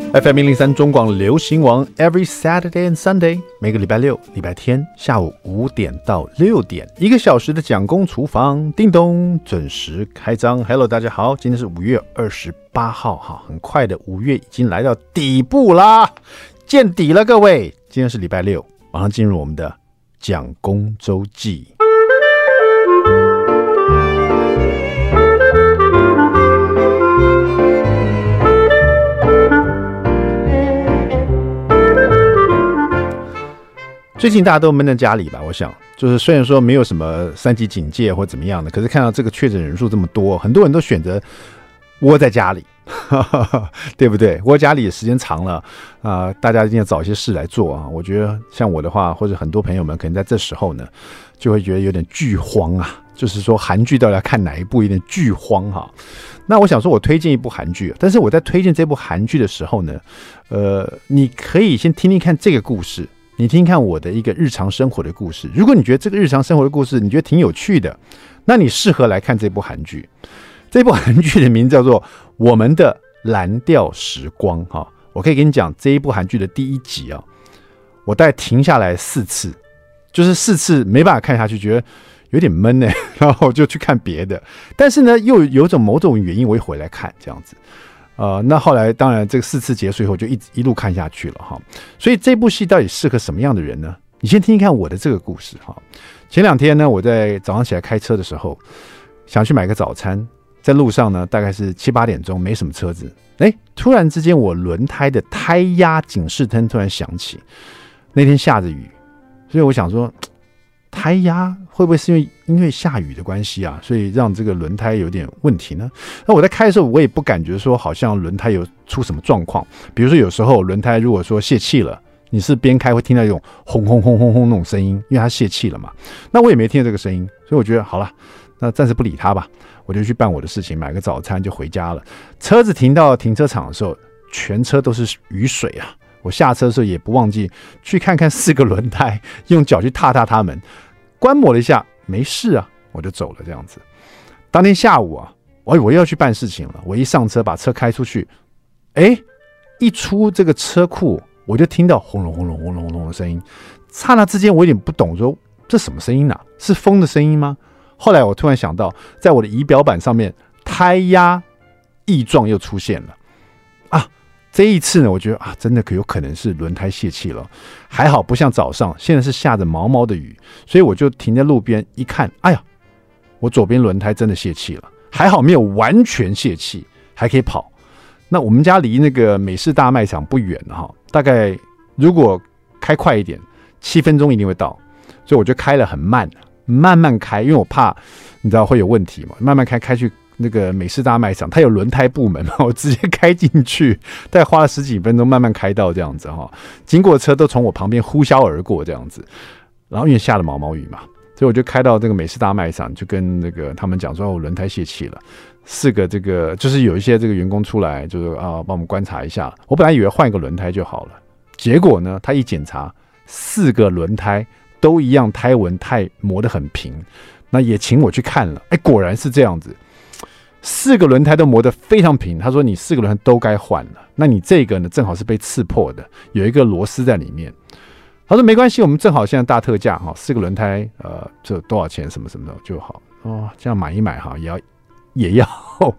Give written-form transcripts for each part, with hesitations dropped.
FM103 中广流行王 Every Saturday and Sunday 每个礼拜六、礼拜天下午5点到6点1个小时的蒋公厨房，叮咚准时开张。 Hello 大家好，今天是5月28号，很快的5月已经来到底部啦，见底了各位。今天是礼拜六，马上进入我们的蒋公周记。最近大家都闷在家里吧，我想就是虽然说没有什么3级警戒或怎么样的，可是看到这个确诊人数这么多，很多人都选择窝在家里对不对？窝家里时间长了大家一定要找一些事来做啊。我觉得像我的话，或者很多朋友们可能在这时候呢就会觉得有点剧荒啊，就是说韩剧到底要看哪一部，有点剧荒哈。那我想说我推荐一部韩剧，但是我在推荐这部韩剧的时候呢你可以先听听看这个故事，你听听看我的一个日常生活的故事。如果你觉得这个日常生活的故事你觉得挺有趣的，那你适合来看这部韩剧。这部韩剧的名字叫做《我们的蓝调时光》哈。我可以跟你讲，这一部韩剧的第1集啊，我大概停下来4次，就是4次没办法看下去，觉得有点闷呢，然后就去看别的。但是呢，又有种某种原因，我会回来看这样子。那后来当然这个4次结束以后就一路看下去了哈。所以这部戏到底适合什么样的人呢？你先听听看我的这个故事哈。前2天呢，我在早上起来开车的时候，想去买个早餐，在路上呢，大概是7、8点钟，没什么车子。突然之间我轮胎的胎压警示灯突然响起。那天下着雨，所以我想说胎压会不会是因为下雨的关系啊，所以让这个轮胎有点问题呢？那我在开的时候，我也不感觉说好像轮胎有出什么状况。比如说有时候轮胎如果说泄气了，你是边开会听到一种轰轰轰轰轰那种声音，因为它泄气了嘛。那我也没听到这个声音，所以我觉得好了，那暂时不理它吧，我就去办我的事情，买个早餐就回家了。车子停到停车场的时候，全车都是雨水啊。我下车的时候也不忘记去看看4个轮胎，用脚去踏它们，观摩了一下，没事啊，我就走了这样子。当天下午啊，我又要去办事情了。我一上车把车开出去，一出这个车库，我就听到轰隆轰隆轰隆轰隆的声音。刹那之间我有点不懂，说这什么声音啊？是风的声音吗？后来我突然想到，在我的仪表板上面胎压异状又出现了啊。这一次呢，我觉得真的有可能是轮胎泄气了。还好不像早上，现在是下着毛毛的雨，所以我就停在路边一看，哎呀，我左边轮胎真的泄气了。还好没有完全泄气，还可以跑。那我们家离那个美式大卖场不远哈，大概如果开快一点，7分钟一定会到。所以我就开了很慢，慢慢开，因为我怕你知道会有问题嘛，慢慢开去那个美式大卖场，它有轮胎部门嘛，我直接开进去，大概花了10几分钟慢慢开到这样子哈。经过的车都从我旁边呼啸而过这样子，然后因为下了毛毛雨嘛，所以我就开到这个美式大卖场，就跟那个他们讲说我轮胎泄气了。4个这个就是有一些这个员工出来，就是帮我们观察一下。我本来以为换一个轮胎就好了，结果呢，他一检查，4个轮胎都一样，胎纹磨得很平。那也请我去看了，果然是这样子。4个轮胎都磨得非常平，他说你4个轮胎都该换了，那你这个呢正好是被刺破的，有一个螺丝在里面。他说没关系，我们正好现在大特价4个轮胎这多少钱什么什么的就好这样买一买哈，也要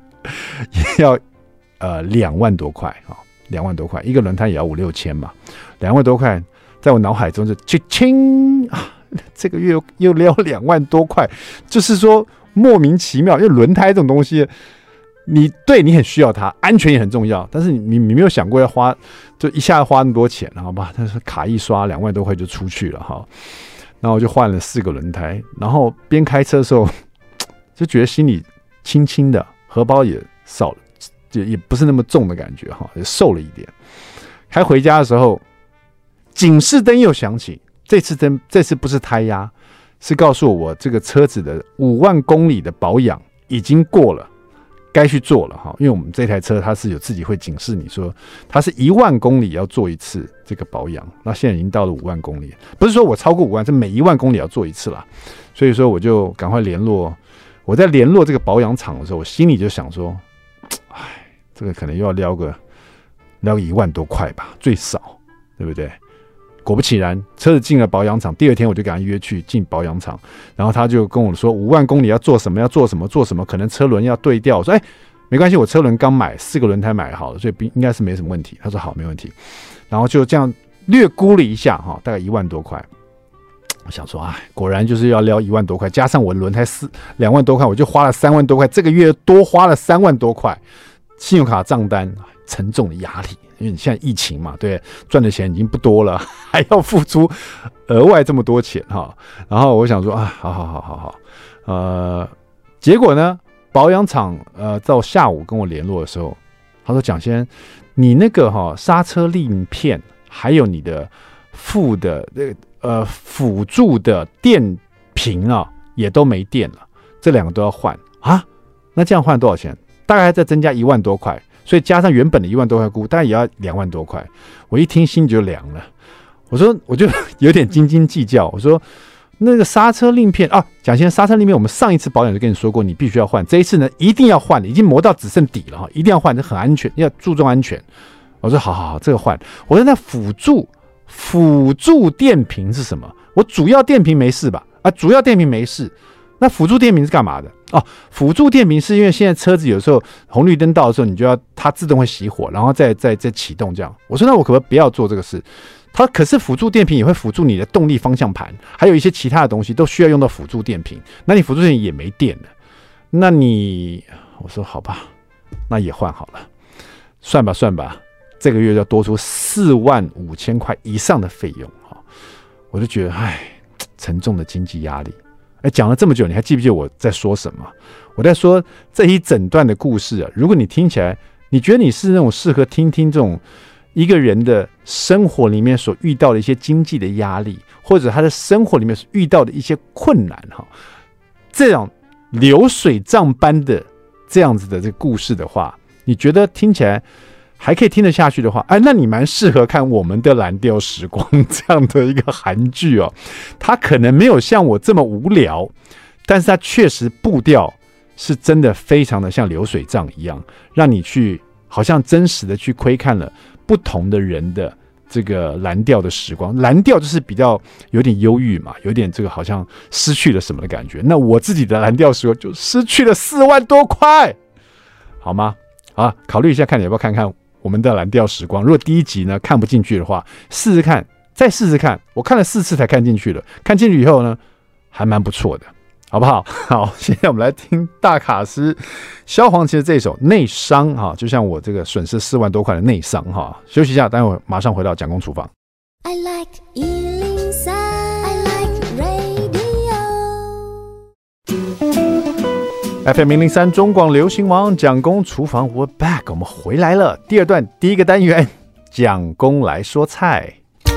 2万多块2万多块，一个轮胎也要5、6千嘛，2万多块，在我脑海中就清这个月又撩2万多块，就是说莫名其妙。因为轮胎这种东西，你很需要它，安全也很重要，但是你没有想过要花，就一下花那么多钱，好吧？但是卡一刷2万多块就出去了哈。然后我就换了4个轮胎，然后边开车的时候就觉得心里轻轻的，荷包也少了，也不是那么重的感觉哈，也瘦了一点。开回家的时候，警示灯又响起，这次不是胎压，是告诉我这个车子的5万公里的保养已经过了，该去做了哈。因为我们这台车它是有自己会警示你说，它是1万公里要做一次这个保养，那现在已经到了5万公里，不是说我超过5万，是每1万公里要做一次啦。所以说我就赶快联络。我在联络这个保养厂的时候，我心里就想说，这个可能又要撩个聊个1万多块吧，最少，对不对？果不其然，车子进了保养厂，第二天我就给他约去进保养厂，然后他就跟我说5万公里要做什么，可能车轮要对调。我说没关系，我车轮刚买，4个轮胎买好了，所以应该是没什么问题。他说好，没问题。然后就这样略估了一下大概1万多块。我想说果然就是要撩1万多块，加上我轮胎2万多块，我就花了3万多块，这个月多花了3万多块，信用卡账单沉重的压力。因为你现在疫情嘛，对，赚的钱已经不多了，还要付出额外这么多钱然后我想说好，结果呢，保养厂到下午跟我联络的时候，他说蒋先生，你那个刹车令片还有你的辅助的电瓶也都没电了，这2个都要换那这样换多少钱？大概再增加1万多块。所以加上原本的1万多块估，大概也要2万多块。我一听心就凉了，我就有点斤斤计较。我说那个刹车令片蒋先生，刹车令片我们上一次保养就跟你说过，你必须要换。这一次呢，一定要换，已经磨到只剩底了一定要换，这很安全，要注重安全。我说好，这个换。我说那辅助电瓶是什么？我主要电瓶没事吧？主要电瓶没事。那辅助电瓶是干嘛的？辅助电瓶是因为现在车子有时候红绿灯到的时候，你就要它自动会熄火，然后再启动这样。我说那我可不可以不要做这个事？可是辅助电瓶也会辅助你的动力方向盘，还有一些其他的东西都需要用到辅助电瓶。那你辅助电瓶也没电了，我说好吧，那也换好了，算吧，这个月要多出45000块以上的费用我就觉得沉重的经济压力。讲了这么久，你还记不记得我在说什么？我在说这一整段的故事如果你听起来，你觉得你是那种适合听这种一个人的生活里面所遇到的一些经济的压力，或者他的生活里面所遇到的一些困难这样流水账般的这样子的这个故事的话，你觉得听起来还可以听得下去的话，那你蛮适合看我们的蓝调时光这样的一个韩剧它可能没有像我这么无聊，但是它确实步调是真的非常的像流水账一样，让你去好像真实的去窥看了不同的人的这个蓝调的时光。蓝调就是比较有点忧郁嘛，有点这个好像失去了什么的感觉。那我自己的蓝调时光就失去了4万多块，好吗？考虑一下，看你要不要看看我们的蓝调时光。如果第一集呢看不进去的话，再试试看。我看了4次才看进去了，看进去以后呢，还蛮不错的，好不好？好，现在我们来听大卡司萧煌奇的这首《内伤》就像我这个损失4万多块的内伤休息一下，待会马上回到蒋公厨房。 I like 103, I like radio. FM 103中广流行王蒋公厨房 We're back， 我们回来了。第二段第一个单元，蒋公来说菜。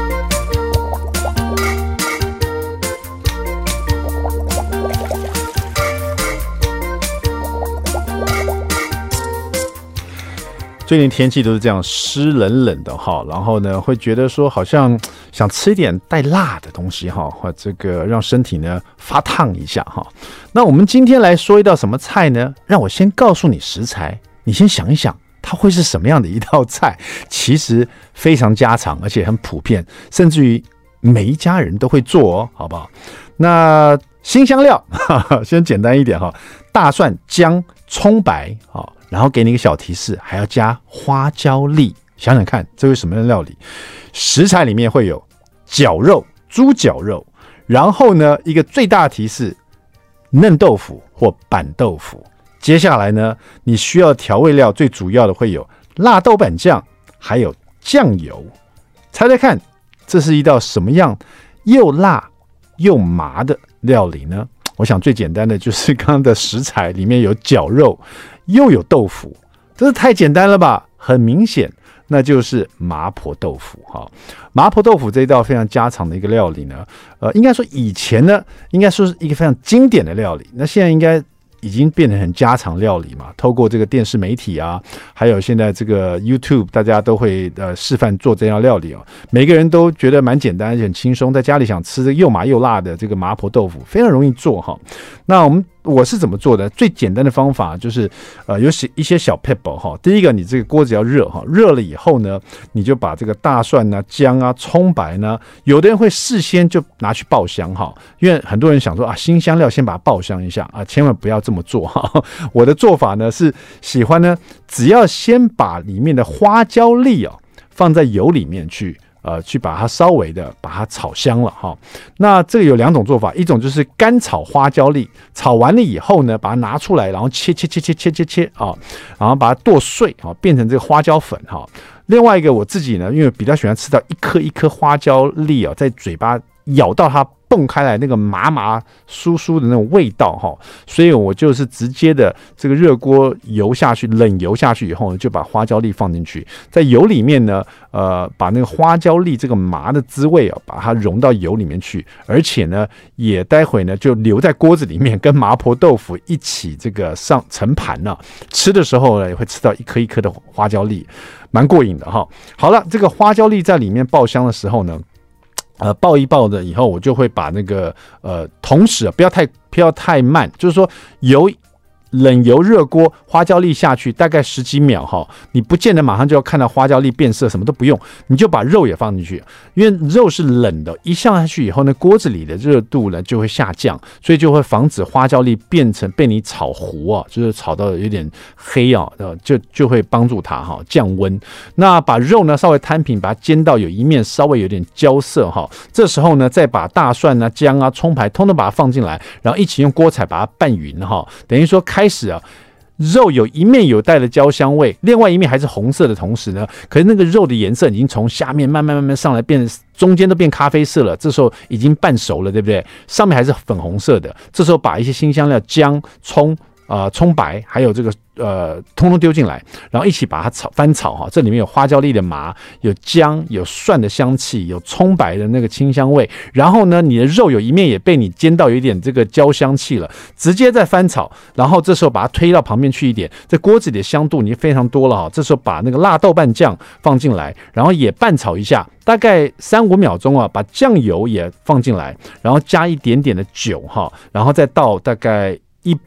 最近天气都是这样湿冷冷的然后呢会觉得说好像想吃一点带辣的东西或这个让身体呢发烫一下那我们今天来说一道什么菜呢？让我先告诉你食材，你先想一想它会是什么样的一道菜。其实非常家常，而且很普遍，甚至于每一家人都会做好不好？那辛香料先简单一点大蒜、姜、葱白然后给你一个小提示，还要加花椒粒。想想看，这是什么样的料理？食材里面会有绞肉、猪绞肉，然后呢，一个最大的提示，嫩豆腐或板豆腐。接下来呢，你需要调味料，最主要的会有辣豆瓣酱，还有酱油。猜猜看，这是一道什么样又辣又麻的料理呢？我想最简单的就是刚刚的食材里面有绞肉又有豆腐，这是太简单了吧？很明显，那就是麻婆豆腐麻婆豆腐这一道非常家常的一个料理呢，应该说以前呢，应该说是一个非常经典的料理，那现在应该已经变成很家常料理嘛。透过这个电视媒体还有现在这个 YouTube， 大家都会示范做这样料理每个人都觉得蛮简单而且很轻松，在家里想吃又麻又辣的这个麻婆豆腐非常容易做那我们我是怎么做的？最简单的方法就是有一些小 pebble 哈。第一个，你这个锅子要热哈，热了以后呢，你就把这个大蒜啊、姜啊、葱白呢，有的人会事先就拿去爆香哈，因为很多人想说啊，辛香料先把它爆香一下啊，千万不要这么做哈。我的做法呢是喜欢呢，只要先把里面的花椒粒放在油里面去把它稍微的把它炒香了哈。那这个有2种做法，一种就是干炒花椒粒，炒完了以后呢，把它拿出来，然后切啊，然后把它剁碎啊，变成这个花椒粉哈。另外一个我自己呢，因为比较喜欢吃到一颗一颗花椒粒在嘴巴咬到它蹦开来那个麻麻酥酥的那种味道哈，所以我就是直接的这个热锅油下去，冷油下去以后呢，就把花椒粒放进去，在油里面呢，把那个花椒粒这个麻的滋味把它融到油里面去，而且呢，也待会呢就留在锅子里面，跟麻婆豆腐一起这个盛盘呢，吃的时候呢也会吃到一颗一颗的花椒粒，蛮过瘾的哈。好了，这个花椒粒在里面爆香的时候呢，爆一爆的以后，我就会把那个同时不要太慢，就是说冷油热锅，花椒粒下去大概10几秒哈，你不见得马上就要看到花椒粒变色，什么都不用，你就把肉也放进去，因为肉是冷的，一下下去以后呢，锅子里的热度呢就会下降，所以就会防止花椒粒变成被你炒糊就是炒到有点黑就会帮助它降温。那把肉呢稍微摊平，把它煎到有一面稍微有点焦色哈，这时候呢再把大蒜啊、姜啊、葱排通通把它放进来，然后一起用锅铲把它拌匀哈，等于说开始肉有一面有带了焦香味，另外一面还是红色的同时呢，可是那个肉的颜色已经从下面慢慢上来，中间都变咖啡色了，这时候已经半熟了，对不对？上面还是粉红色的，这时候把一些辛香料、姜、葱白还有这个通通丢进来，然后一起把它翻炒哈。这里面有花椒粒的麻，有姜，有蒜的香气，有葱白的那个清香味。然后呢，你的肉有一面也被你煎到有一点这个焦香气了，直接再翻炒。然后这时候把它推到旁边去一点，这锅子里的香度已经非常多了哈。这时候把那个辣豆瓣酱放进来，然后也拌炒一下，大概3-5秒钟把酱油也放进来，然后加一点点的酒哈，然后再倒大概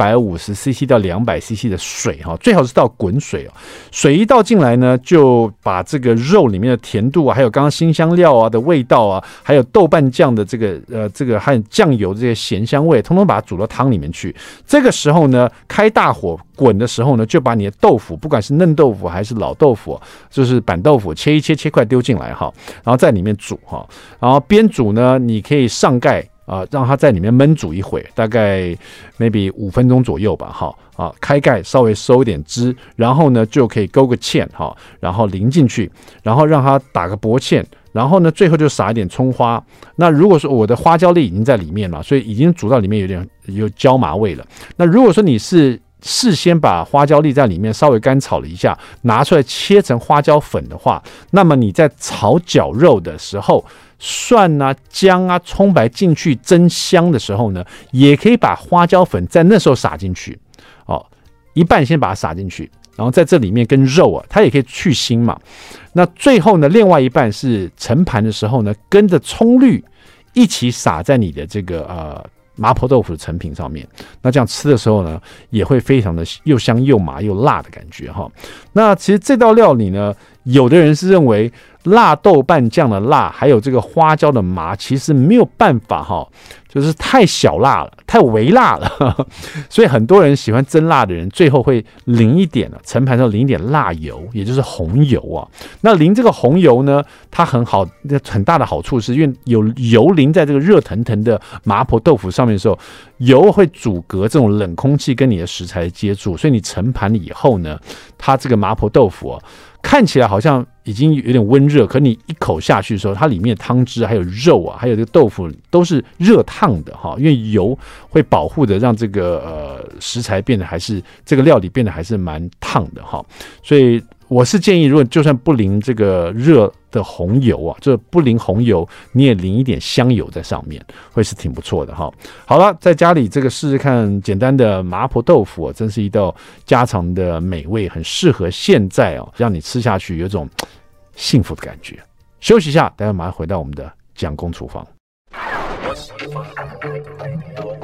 150cc 到200cc 的水最好是倒滚水水一倒进来呢，就把这个肉里面的甜度还有刚刚辛香料的味道还有豆瓣酱的这个还有酱油这些咸香味，通通把它煮到汤里面去。这个时候呢，开大火滚的时候呢，就把你的豆腐，不管是嫩豆腐还是老豆腐，就是板豆腐，切块丢进来然后在里面煮然后边煮呢，你可以上盖让它在里面焖煮一会，大概 maybe 5分钟左右吧开盖稍微收一点汁，然后呢就可以勾个芡然后淋进去，然后让它打个薄芡，然后呢最后就撒一点葱花。那如果说我的花椒粒已经在里面了，所以已经煮到里面有椒麻味了。那如果说你是事先把花椒粒在里面稍微干炒了一下，拿出来切成花椒粉的话，那么你在炒绞肉的时候，蒜啊、姜啊、葱白进去增香的时候呢，也可以把花椒粉在那时候撒进去一半先把它撒进去，然后在这里面跟肉它也可以去腥嘛。那最后呢，另外一半是盛盘的时候呢，跟着葱绿一起撒在你的这个麻婆豆腐的成品上面，那这样吃的时候呢，也会非常的又香又麻又辣的感觉那其实这道料理呢，有的人是认为辣豆瓣酱的辣，还有这个花椒的麻，其实没有办法就是太小辣了，太微辣了所以很多人喜欢增辣的人，最后会淋一点盛盘上淋一点辣油，也就是红油那淋这个红油呢，它很大的好处是因为有油淋在这个热腾腾的麻婆豆腐上面的时候，油会阻隔这种冷空气跟你的食材接触，所以你盛盘以后呢，它这个麻婆豆腐看起来好像已经有点温热，可你一口下去的时候，它里面的汤汁还有肉还有这个豆腐都是热烫的因为油会保护的，让这个食材变得还是这个料理变得还是蛮烫的所以我是建议，如果就算不淋这个热的红油就不淋红油，你也淋一点香油在上面，会是挺不错的好了，在家里这个试试看简单的麻婆豆腐真是一道家常的美味，很适合现在让你吃下去有种幸福的感觉。休息一下，待会马上回到我们的蒋公厨房。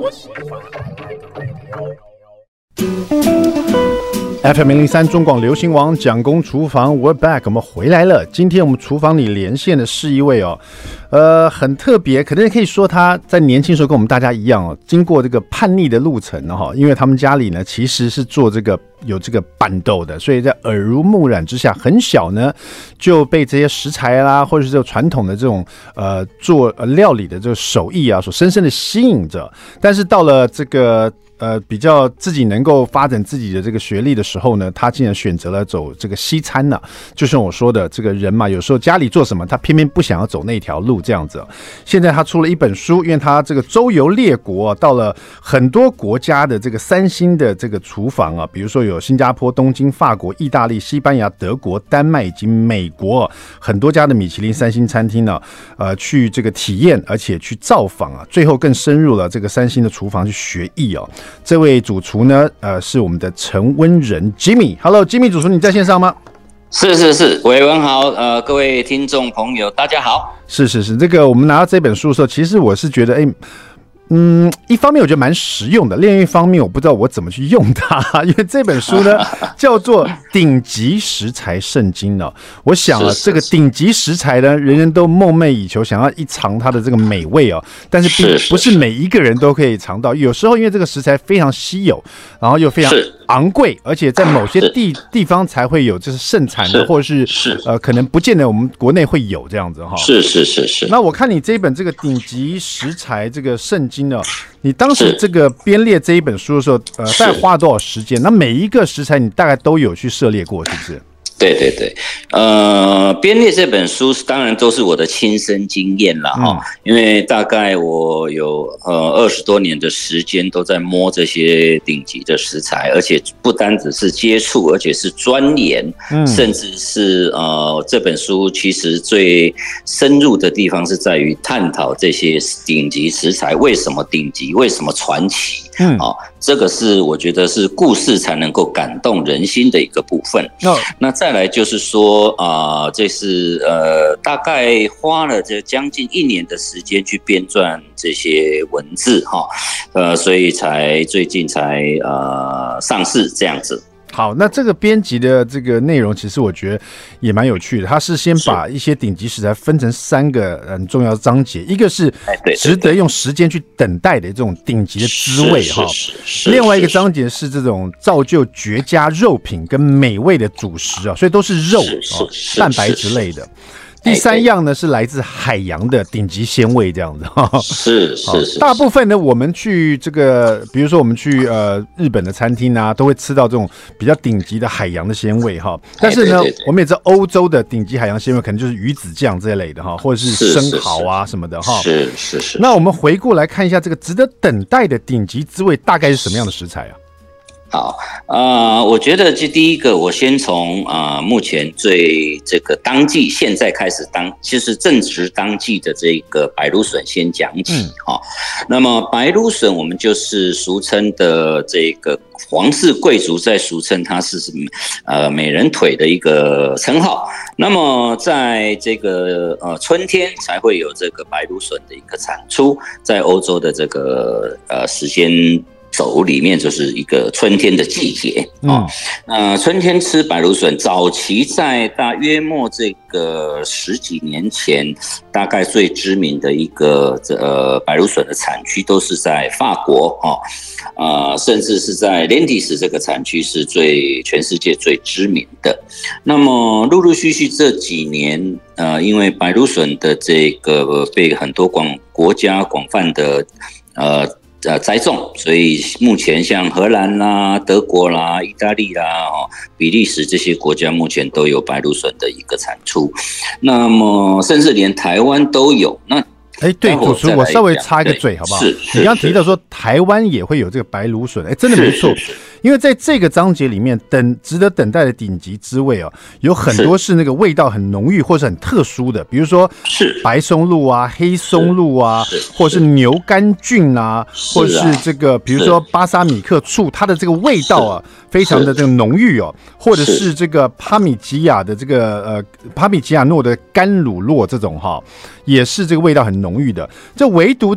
FM 103中广流行网蒋公厨房 We're back， 我们回来了。今天我们厨房里连线的是一位很特别，可能可以说他在年轻时候跟我们大家一样经过这个叛逆的路程因为他们家里呢其实是做有这个板豆的，所以在耳濡目染之下，很小呢就被这些食材啦，或者是这个传统的这种做料理的这个手艺所深深的吸引着。但是到了这个比较自己能够发展自己的这个学历的时候呢，他竟然选择了走这个西餐呢。就像我说的，这个人嘛，有时候家里做什么，他偏偏不想要走那条路这样子。现在他出了一本书，因为他这个周游列国，到了很多国家的这个3星的这个厨房比如说有新加坡、东京、法国、意大利、西班牙、德国、丹麦以及美国很多家的米其林3星餐厅呢，去这个体验，而且去造访最后更深入了这个3星的厨房去学艺这位主厨呢，是我们的陈温仁 Jimmy。Hello Jimmy 主厨，你在线上吗？ 是，伟文好，各位听众朋友，大家好。是， 这个我们拿到这本书的时候，其实我是觉得，一方面我觉得蛮实用的，另一方面我不知道我怎么去用它，因为这本书呢叫做《顶级食材圣经》我想这个顶级食材呢，人人都梦寐以求，想要一尝它的这个美味但是不是每一个人都可以尝到。有时候因为这个食材非常稀有，然后又非常昂贵，而且在某些地方才会有就是盛产的，或者是可能不见得我们国内会有这样子是。 那我看你这一本这个顶级食材这个圣经你当时这个编列这一本书的时候，大概花了多少时间？那每一个食材你大概都有去涉猎过，是不是？ 对，编列这本书当然都是我的亲身经验啦因为大概我有20多年的时间都在摸这些顶级的食材，而且不单只是接触，而且是钻研，甚至是这本书其实最深入的地方是在于探讨这些顶级食材为什么顶级，为什么传奇。这个是我觉得是故事才能够感动人心的一个部分。那再来就是说这是大概花了这将近1年的时间去编撰这些文字所以最近才上市这样子。 好，那这个编辑的这个内容，其实我觉得也蛮有趣的。他是先把一些顶级食材分成3个很重要的章节，一个是值得用时间去等待的这种顶级的滋味另外一个章节是这种造就绝佳肉品跟美味的主食所以都是肉蛋白质类的。第3样呢是来自海洋的顶级鲜味，这样子是。 大部分呢，我们去这个，比如说我们去日本的餐厅都会吃到这种比较顶级的海洋的鲜味但是呢，我们也知道欧洲的顶级海洋鲜味可能就是鱼子酱这一类的或者是生蚝什么的是。 那我们回过来看一下这个值得等待的顶级滋味大概是什么样的食材好，我觉得这第一个，我先从目前最这个当季现在开始就是正值当季的这个白芦笋先讲起那么白芦笋我们就是俗称的这个皇室贵族，在俗称它是美人腿的一个称号。那么在这个春天才会有这个白芦笋的一个产出，在欧洲的这个时间走里面就是一个春天的季节春天吃白芦笋，早期在大约莫这个10几年前，大概最知名的一个白芦笋的产区都是在法国甚至是在莲迪斯这个产区是全世界最知名的。那么陆陆续续这几年因为白芦笋的这个被很多国家广泛的栽种，所以目前像荷兰啦、德国啦、意大利啦、比利时这些国家目前都有白芦笋的一个产出，那么甚至连台湾都有。那对，主厨，我稍微插一个嘴好不好？是你刚提到说台湾也会有这个白芦笋，真的没错。因为在这个章节里面，值得等待的顶级滋味有很多是那个味道很浓郁或是很特殊的，比如说白松露黑松露或者是牛肝菌或者是这个比如说巴沙米克醋，它的这个味道非常的这个浓郁或者是这个帕米吉亚的这个帕米吉亚诺的干乳酪这种也是这个味道很浓郁的。这唯独这个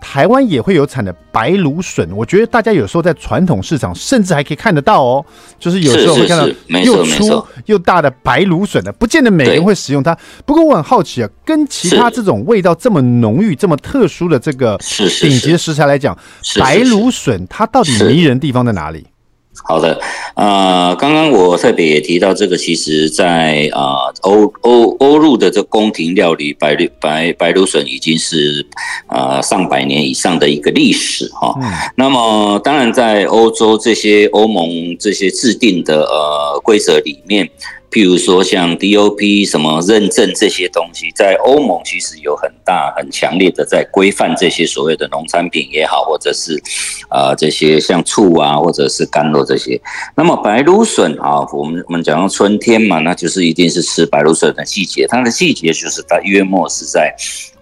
台湾也会有产的白芦笋，我觉得大家有时候在传统市场甚至还可以看得到哦，就是有时候会看到又粗又大的白芦笋的，不见得每个人会使用它。不过我很好奇啊，跟其他这种味道这么浓郁、这么特殊的这个顶级的食材来讲，白芦笋它到底迷人的地方在哪里？ 好的，刚刚我特别也提到这个，其实在欧陆的这宫廷料理，白芦笋已经是上百年以上的一个历史哈。那么当然在欧洲这些欧盟这些制定的规则里面，譬如说像 DOP 什么认证这些东西，在欧盟其实有很强烈的在规范这些所谓的农产品也好，或者是这些像醋啊，或者是甘露这些。那么白芦笋啊，我们讲到春天嘛，那就是一定是吃白芦笋的季节，它的季节就是大约莫是在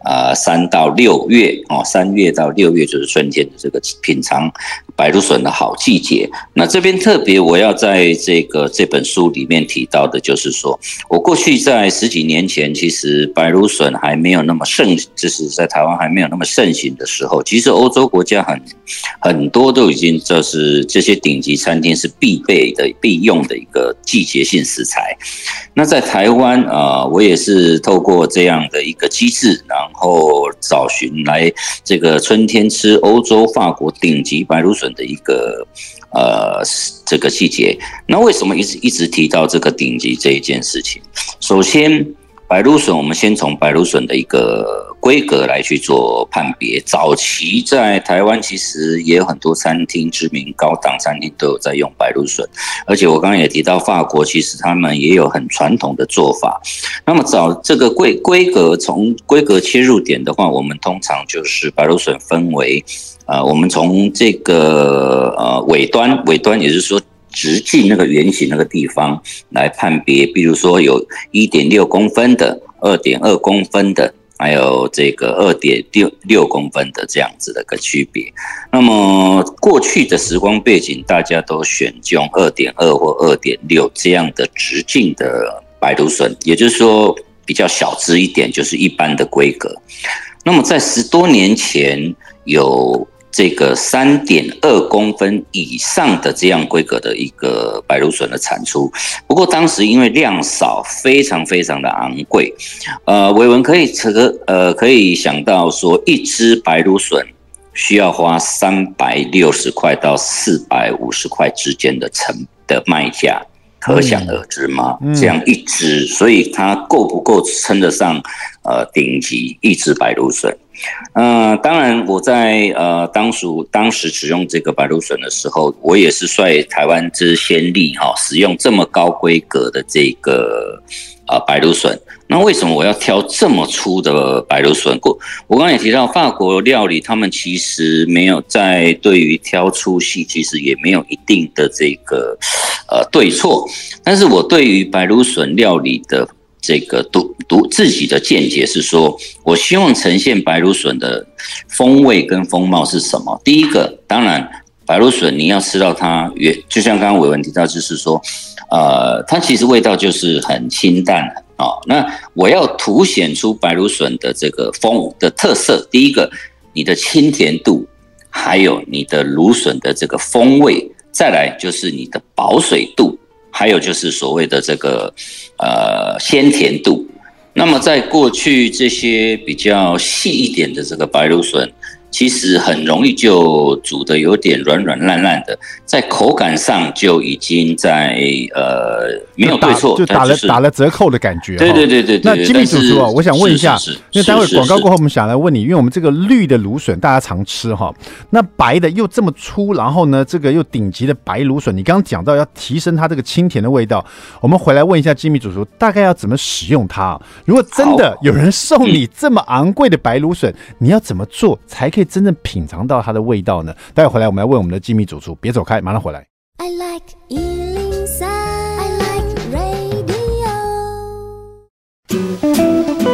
3到6月哦，3月到6月就是春天的这个品尝白芦笋的好季节。那这边特别我要在这本书里面提到的就是说，我过去在10几年前，其实白芦笋还没有那么就是在台湾还没有那么盛行的时候，其实欧洲国家很多都已经就是这些顶级餐厅是必用的一个季节性食材。那在台湾我也是透过这样的一个机制，然后找寻来这个春天吃欧洲法国顶级白芦笋的一个这个季节。那为什么一直提到这个顶级这一件事情？首先白芦笋，我们先从白芦笋的一个规格来去做判别。早期在台湾其实也有很多餐厅，知名高档餐厅都有在用白芦笋，而且我刚刚也提到法国，其实他们也有很传统的做法。那么找这个规格，从规格切入点的话，我们通常就是白芦笋分为我们从这个尾端，也就是说直径那个圆形那个地方来判别，比如说有 1.6 公分的、2.2 公分的，还有这个 2.6 公分的这样子的一个区别。那么过去的时光背景，大家都选用 2.2 或 2.6 这样的直径的白芦笋，也就是说比较小只一点，就是一般的规格。那么在10多年前有这个 3.2 公分以上的这样规格的一个白芦笋的产出，不过当时因为量少，非常非常的昂贵。伟文可以想到说，一只白芦笋需要花360块到450块之间的卖价，可想而知吗？这样一只，所以它够不够称得上顶级一只白芦笋？当然我在当时使用这个白芦笋的时候，我也是率台湾之先例使用这么高规格的这个白芦笋。那为什么我要挑这么粗的白芦笋？我刚刚也提到，法国料理他们其实没有在对于挑粗细，其实也没有一定的这个对错。但是我对于白芦笋料理的这个自己的见解是说，我希望呈现白芦笋的风味跟风貌是什么？第一个，当然白芦笋你要吃到它，就像刚刚伟文提到，就是说，它其实味道就是很清淡那我要凸显出白芦笋的这个风的特色，第一个，你的清甜度，还有你的芦笋的这个风味，再来就是你的保水度。还有就是所谓的这个鲜甜度。那么在过去这些比较细一点的这个白芦笋，其实很容易就煮得有点软软烂烂的，在口感上就已经在没有对错， 就打了折扣的感觉。 对。 那吉米叔叔我想问一下，因为待会广告过后我们想来问你，因为我们这个绿的芦笋大家常吃那白的又这么粗，然后呢这个又顶级的白芦笋，你刚刚讲到要提升它这个清甜的味道，我们回来问一下吉米叔叔，大概要怎么使用它？如果真的有人送你这么昂贵的白芦笋，你要怎么做才可以真正品尝到它的味道呢？待会回来我们来问我们的吉米主厨，别走开，马上回来。 I like 103, I like radio.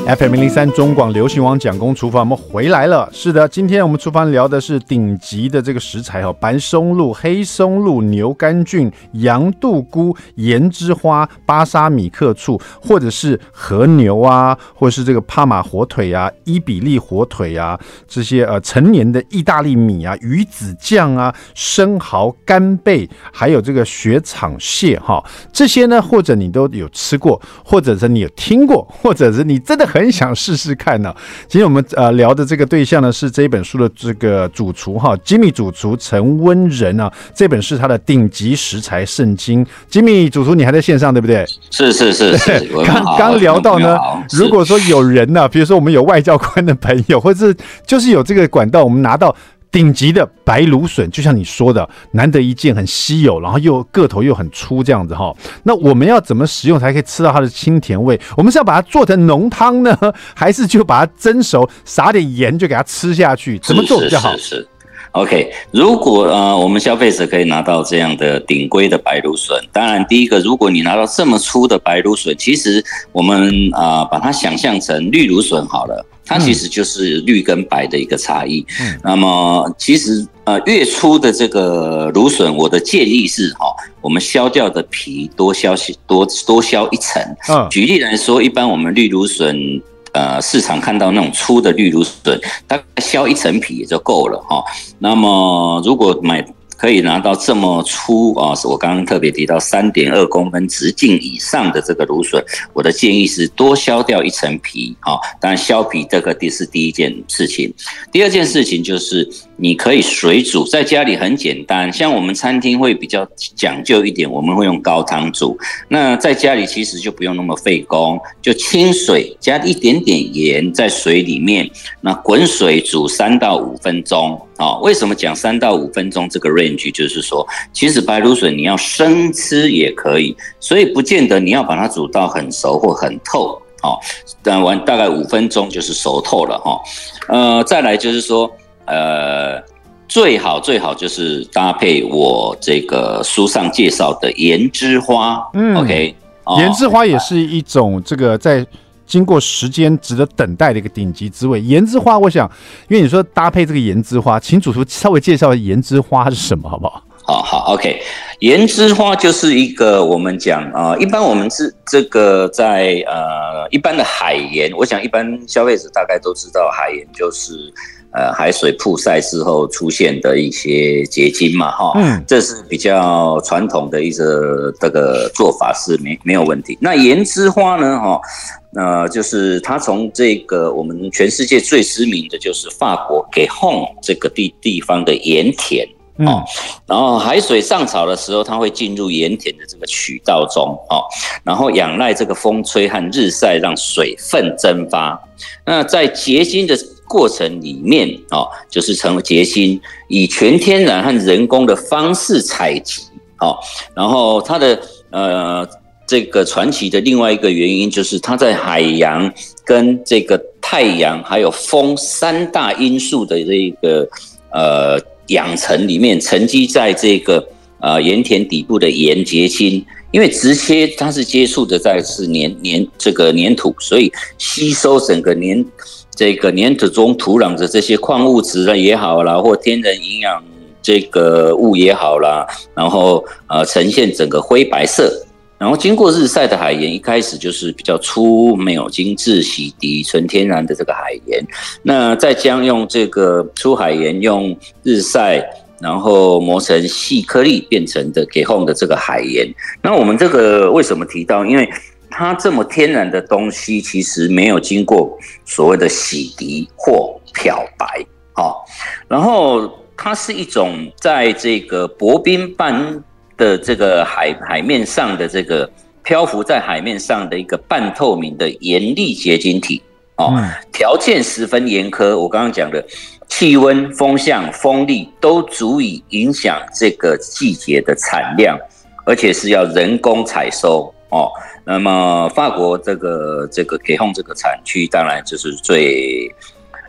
FM103中广流行网蒋公厨房，我们回来了。是的，今天我们厨房聊的是顶级的这个食材白松露、黑松露、牛肝菌、洋杜菇、盐之花、巴沙米克醋，或者是和牛啊，或者是这个帕玛火腿啊、伊比利火腿啊，这些陈年的意大利米啊、鱼子酱啊、生蚝、干贝，还有这个雪场蟹这些呢，或者你都有吃过，或者是你有听过，或者是你真的很想试试看呢。今天我们聊的这个对象呢，是这本书的这个主厨Jimmy 主厨陈温仁啊，这本是他的顶级食材圣经。Jimmy 主厨，你还在线上对不对？ 是。 刚聊到呢，如果说有人呢，比如说我们有外交官的朋友，或者是就是有这个管道，我们拿到顶级的白芦笋，就像你说的，难得一见，很稀有，然后又个头又很粗，这样子那我们要怎么使用才可以吃到它的清甜味？我们是要把它做成浓汤呢，还是就把它蒸熟，撒点盐就给它吃下去？怎么做比较好？ 是。OK， 如果我们消费者可以拿到这样的顶规的白芦笋，当然第一个，如果你拿到这么粗的白芦笋，其实我们把它想象成绿芦笋好了。它其实就是绿跟白的一个差异。那么其实越粗的这个芦笋，我的建议是我们削掉的皮多削一层。举例来说，一般我们绿芦笋市场看到那种粗的绿芦笋，大概削一层皮也就够了那么如果可以拿到这么粗我刚刚特别提到3.2公分直径以上的这个芦笋，我的建议是多削掉一层皮当然削皮这个是第一件事情。第二件事情就是你可以水煮，在家里很简单，像我们餐厅会比较讲究一点，我们会用高汤煮。那在家里其实就不用那么费工，就清水加一点点盐在水里面，那滚水煮3到5分钟。为什么讲3到5分钟这个 range？ 就是说，其实白芦笋你要生吃也可以，所以不见得你要把它煮到很熟或很透。但大概5分钟就是熟透了再来就是说，最好就是搭配我这个书上介绍的盐之花。OK， 盐之花也是一种这个在经过时间值得等待的一个顶级滋味。盐之花，我想，因为你说搭配这个盐之花，请主厨稍微介绍盐之花是什么，好不好？ 好 ，OK， 盐之花就是一个我们讲一般我们是这个在一般的海盐，我想一般消费者大概都知道，海盐就是海水曝晒之后出现的一些结晶嘛这是比较传统的一个这个做法是没有问题。那盐之花呢就是它从这个我们全世界最知名的就是法国给烘这个地方的盐田。然后海水上潮的时候，它会进入盐田的这个渠道中然后仰赖这个风吹和日晒，让水分蒸发。那在结晶的过程里面就是成为结晶，以全天然和人工的方式采集然后它的这个传奇的另外一个原因就是它在海洋跟这个太阳还有风3大因素的这个养成里面沉积在这个盐田底部的盐结晶，因为直切它是接触的是这个粘土，所以吸收整个这个粘土中土壤的这些矿物质也好啦，或天然营养这个物也好啦，然后呈现整个灰白色。然后经过日晒的海盐一开始就是比较粗，没有精致洗涤，纯天然的这个海盐。那再将用这个粗海盐用日晒，然后磨成细颗粒变成的给烘的这个海盐。那我们这个为什么提到？因为它这么天然的东西，其实没有经过所谓的洗涤或漂白然后它是一种在这个薄冰般的这个海面上的这个漂浮在海面上的一个半透明的盐粒结晶体条件十分严苛。我刚刚讲的气温、风向、风力都足以影响这个季节的产量，而且是要人工采收那么法国这个给烘这个产区当然就是最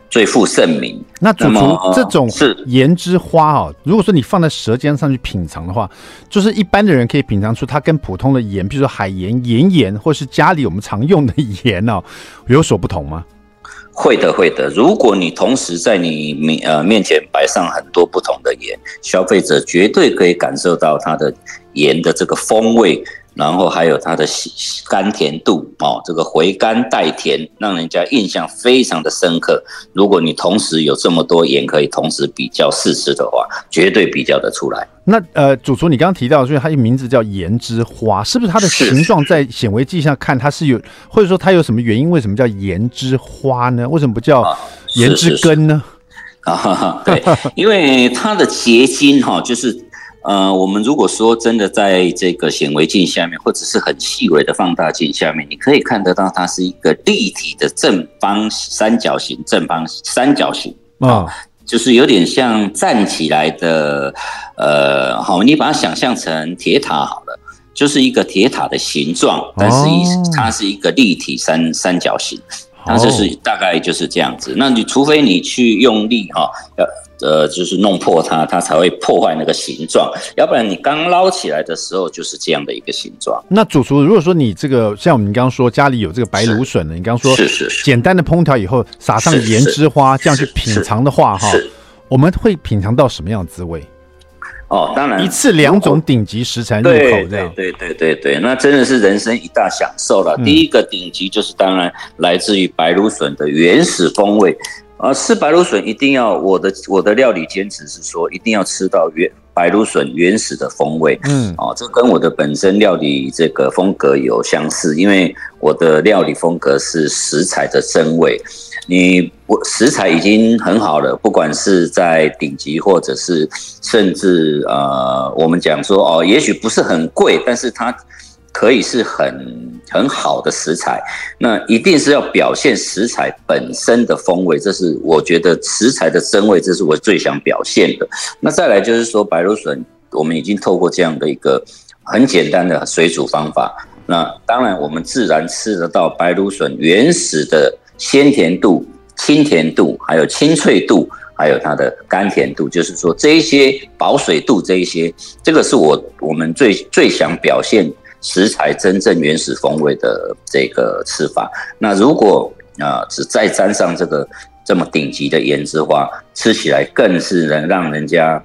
最负盛名。 那主厨这种盐之花哦，如果说你放在舌尖上去品尝的话，就是一般的人可以品尝出它跟普通的盐，比如说海盐、盐，或是家里我们常用的盐哦，有所不同吗？ 会的，会的。如果你同时在你面前摆上很多不同的盐，消费者绝对可以感受到它的盐的这个风味，然后还有它的甘甜度哦，这个回甘带甜，让人家印象非常的深刻。如果你同时有这么多盐可以同时比较试吃的话，绝对比较得出来。 那主厨，你刚刚提到，所以它的名字叫盐之花，是不是它的形状在显微镜上看它是有，或者说它有什么原因？为什么叫盐之花呢？为什么不叫盐之根呢？ 对，因为它的结晶哈，就是我们如果说真的在这个显微镜下面，或者是很细微的放大镜下面，你可以看得到它是一个立体的正方三角形啊。就是有点像站起来的，好，你把它想象成铁塔好了，就是一个铁塔的形状，但是它是一个立体三角形，它就是大概就是这样子。那你除非你去用力哈，就是弄破它才会破坏那个形状，要不然你刚捞起来的时候就是这样的一个形状。 那主厨，如果说你这个像我们刚刚说家里有这个白芦笋的，你刚刚说简单的烹调以后撒上盐之花，这样去品尝的话哈，我们会品尝到什么样的滋味？ 哦，当然， 一次2种顶级食材入口，这样对，那真的是人生一大享受了。第一个顶级就是当然来自于白芦笋的原始风味。吃白芦笋一定要我的料理坚持是说一定要吃到白芦笋原始的风味。这跟我的本身料理这个风格有相似，因为我的料理风格是食材的真味。食材已经很好了，不管是在顶级或者是甚至我们讲说也许不是很贵，但是它可以是很好的食材，那一定是要表现食材本身的风味，这是我觉得食材的真味，这是我最想表现的。那再来就是说白芦笋，我们已经透过这样的一个很简单的水煮方法，那当然我们自然吃得到白芦笋原始的鲜甜度、清甜度，还有清脆度，还有它的甘甜度，就是说这一些保水度，这个是我们最想表现食材真正原始风味的这个吃法。那如果只再沾上这么顶级的盐之花，吃起来更是能让人家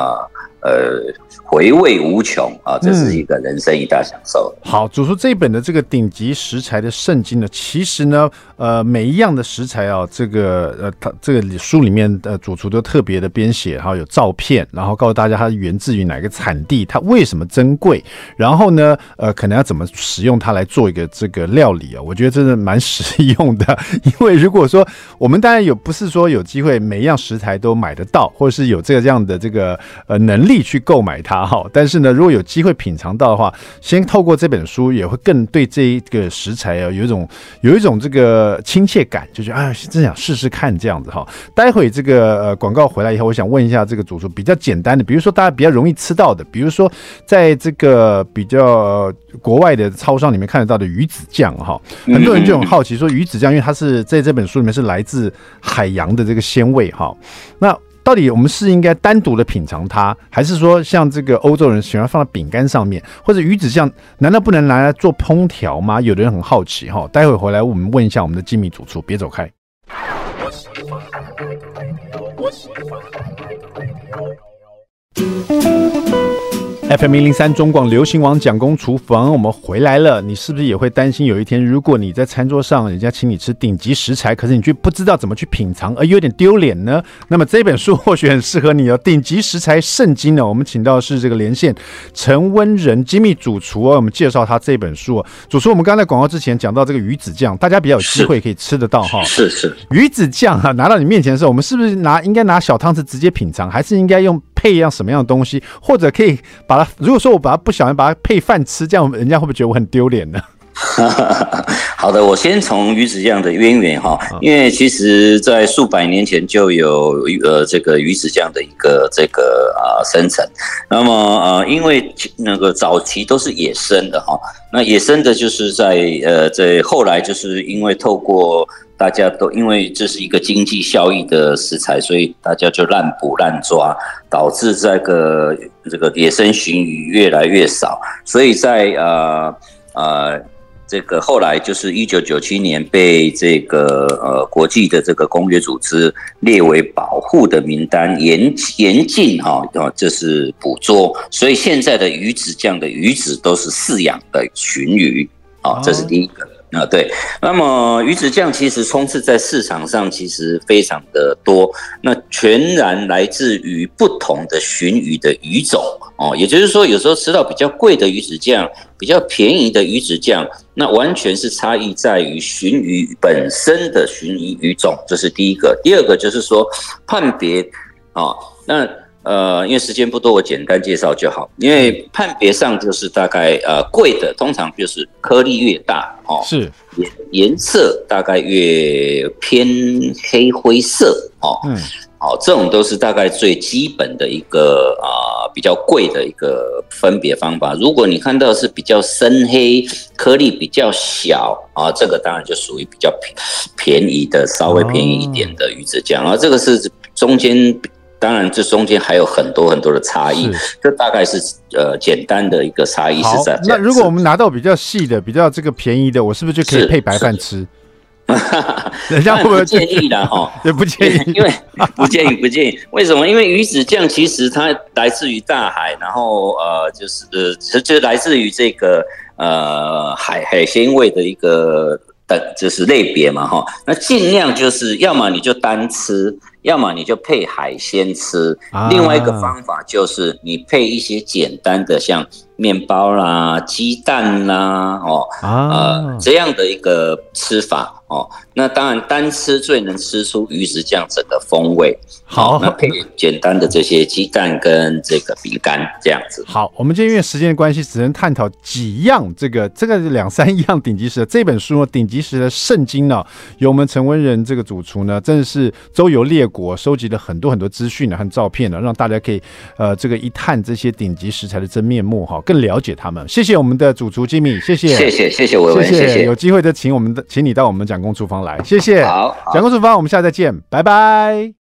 回味无穷啊！这是一个人生一大享受。 好，主厨这一本的这个顶级食材的圣经呢，其实呢，每一样的食材啊，它这个书里面主厨都特别的编写，然后有照片，然后告诉大家它源自于哪个产地，它为什么珍贵，然后呢，可能要怎么使用它来做一个这个料理啊？我觉得真的蛮实用的，因为如果说我们当然不是说有机会每一样食材都买得到，或者是有这样的这个能力去购买它。但是呢，如果有机会品尝到的话，先透过这本书也会更对这一个食材有一种这个亲切感，就觉得真想试试看这样子哈。待会这个广告回来以后，我想问一下这个主厨比较简单的，比如说大家比较容易吃到的，比如说在这个比较国外的超商里面看得到的鱼子酱哈，很多人就很好奇说鱼子酱，因为它是在这本书里面是来自海洋的这个鲜味哈，那到底我们是应该单独的品尝它，还是说像这个欧洲人喜欢放在饼干上面，或者鱼子酱难道不能拿来做烹调吗？有的人很好奇哈，待会回来我们问一下我们的精密主厨，别走开。FM103 中广流行网蒋公厨房，我们回来了。你是不是也会担心有一天，如果你在餐桌上人家请你吃顶级食材，可是你却不知道怎么去品尝，而有点丢脸呢？那么这本书或许很适合你哦，顶级食材圣经呢。我们请到的是这个连线陈温仁精密主厨我们介绍他这本书主厨，我们刚才广告之前讲到这个鱼子酱，大家比较有机会可以吃得到哈。 是鱼子酱拿到你面前的时候，我们是不是应该拿小汤匙直接品尝，还是应该用配一样什么样的东西，或者可以把它，如果说我不小心把它配饭吃，这样人家会不会觉得我很丢脸呢？ 好的，我先从鱼子酱的渊源哈，因为其实在数百年前就有这个鱼子酱的一个这个生成。那么因为那个早期都是野生的哈，那野生的就是在后来就是因为透过大家都因为这是一个经济效益的食材，所以大家就滥捕滥抓，导致这个野生鲟鱼越来越少。所以在这个后来就是1997年被这个国际的这个公约组织列为保护的名单，严禁这是捕捉，所以现在的鱼子酱的鱼子都是饲养的鲟鱼，这是第一个。对，那么鱼子酱其实充斥在市场上，其实非常的多，那全然来自于不同的鲟鱼的鱼种也就是说，有时候吃到比较贵的鱼子酱，比较便宜的鱼子酱，那完全是差异在于鲟鱼本身的鲟鱼鱼种，这是第一个。第二个就是说判别那因为时间不多，我简单介绍就好。因为判别上就是大概贵的通常就是颗粒越大是颜色大概越偏黑灰色这种都是大概最基本的一个比较贵的一个分别方法。如果你看到是比较深黑、颗粒比较小这个当然就属于比较便宜的、稍微便宜一点的鱼子酱。然后这个是中间。当然，这中间还有很多很多的差异，这大概是简单的一个差异是在这样子。 那如果我们拿到比较细的、比较这个便宜的，我是不是就可以配白饭吃？人家会不会不建议啦对，不建议， 因为不建议。为什么？因为鱼子酱其实它来自于大海，然后就是来自于这个海鲜味的一个就是类别嘛那尽量就是要么你就单吃，要么你就配海鲜吃。另外一个方法就是你配一些简单的像面包啦、鸡蛋啦这样的一个吃法那当然单吃最能吃出鱼子酱整个风味。好，那配简单的这些鸡蛋跟这个饼干这样子。 好，我们今天因为时间的关系，只能探讨几样这个2-3样顶级食的这本书呢，顶级食的圣经呢，由我们陈文仁这个主厨呢，真的是周游列国，收集了很多很多资讯和照片呢，让大家可以这个一探这些顶级食材的真面目更了解他们。谢谢我们的主厨Jimmy，谢谢伟文，谢谢。 有机会就请你到我们蒋公厨房来，谢谢。 好， 蒋公厨房，我们下次再见，拜拜。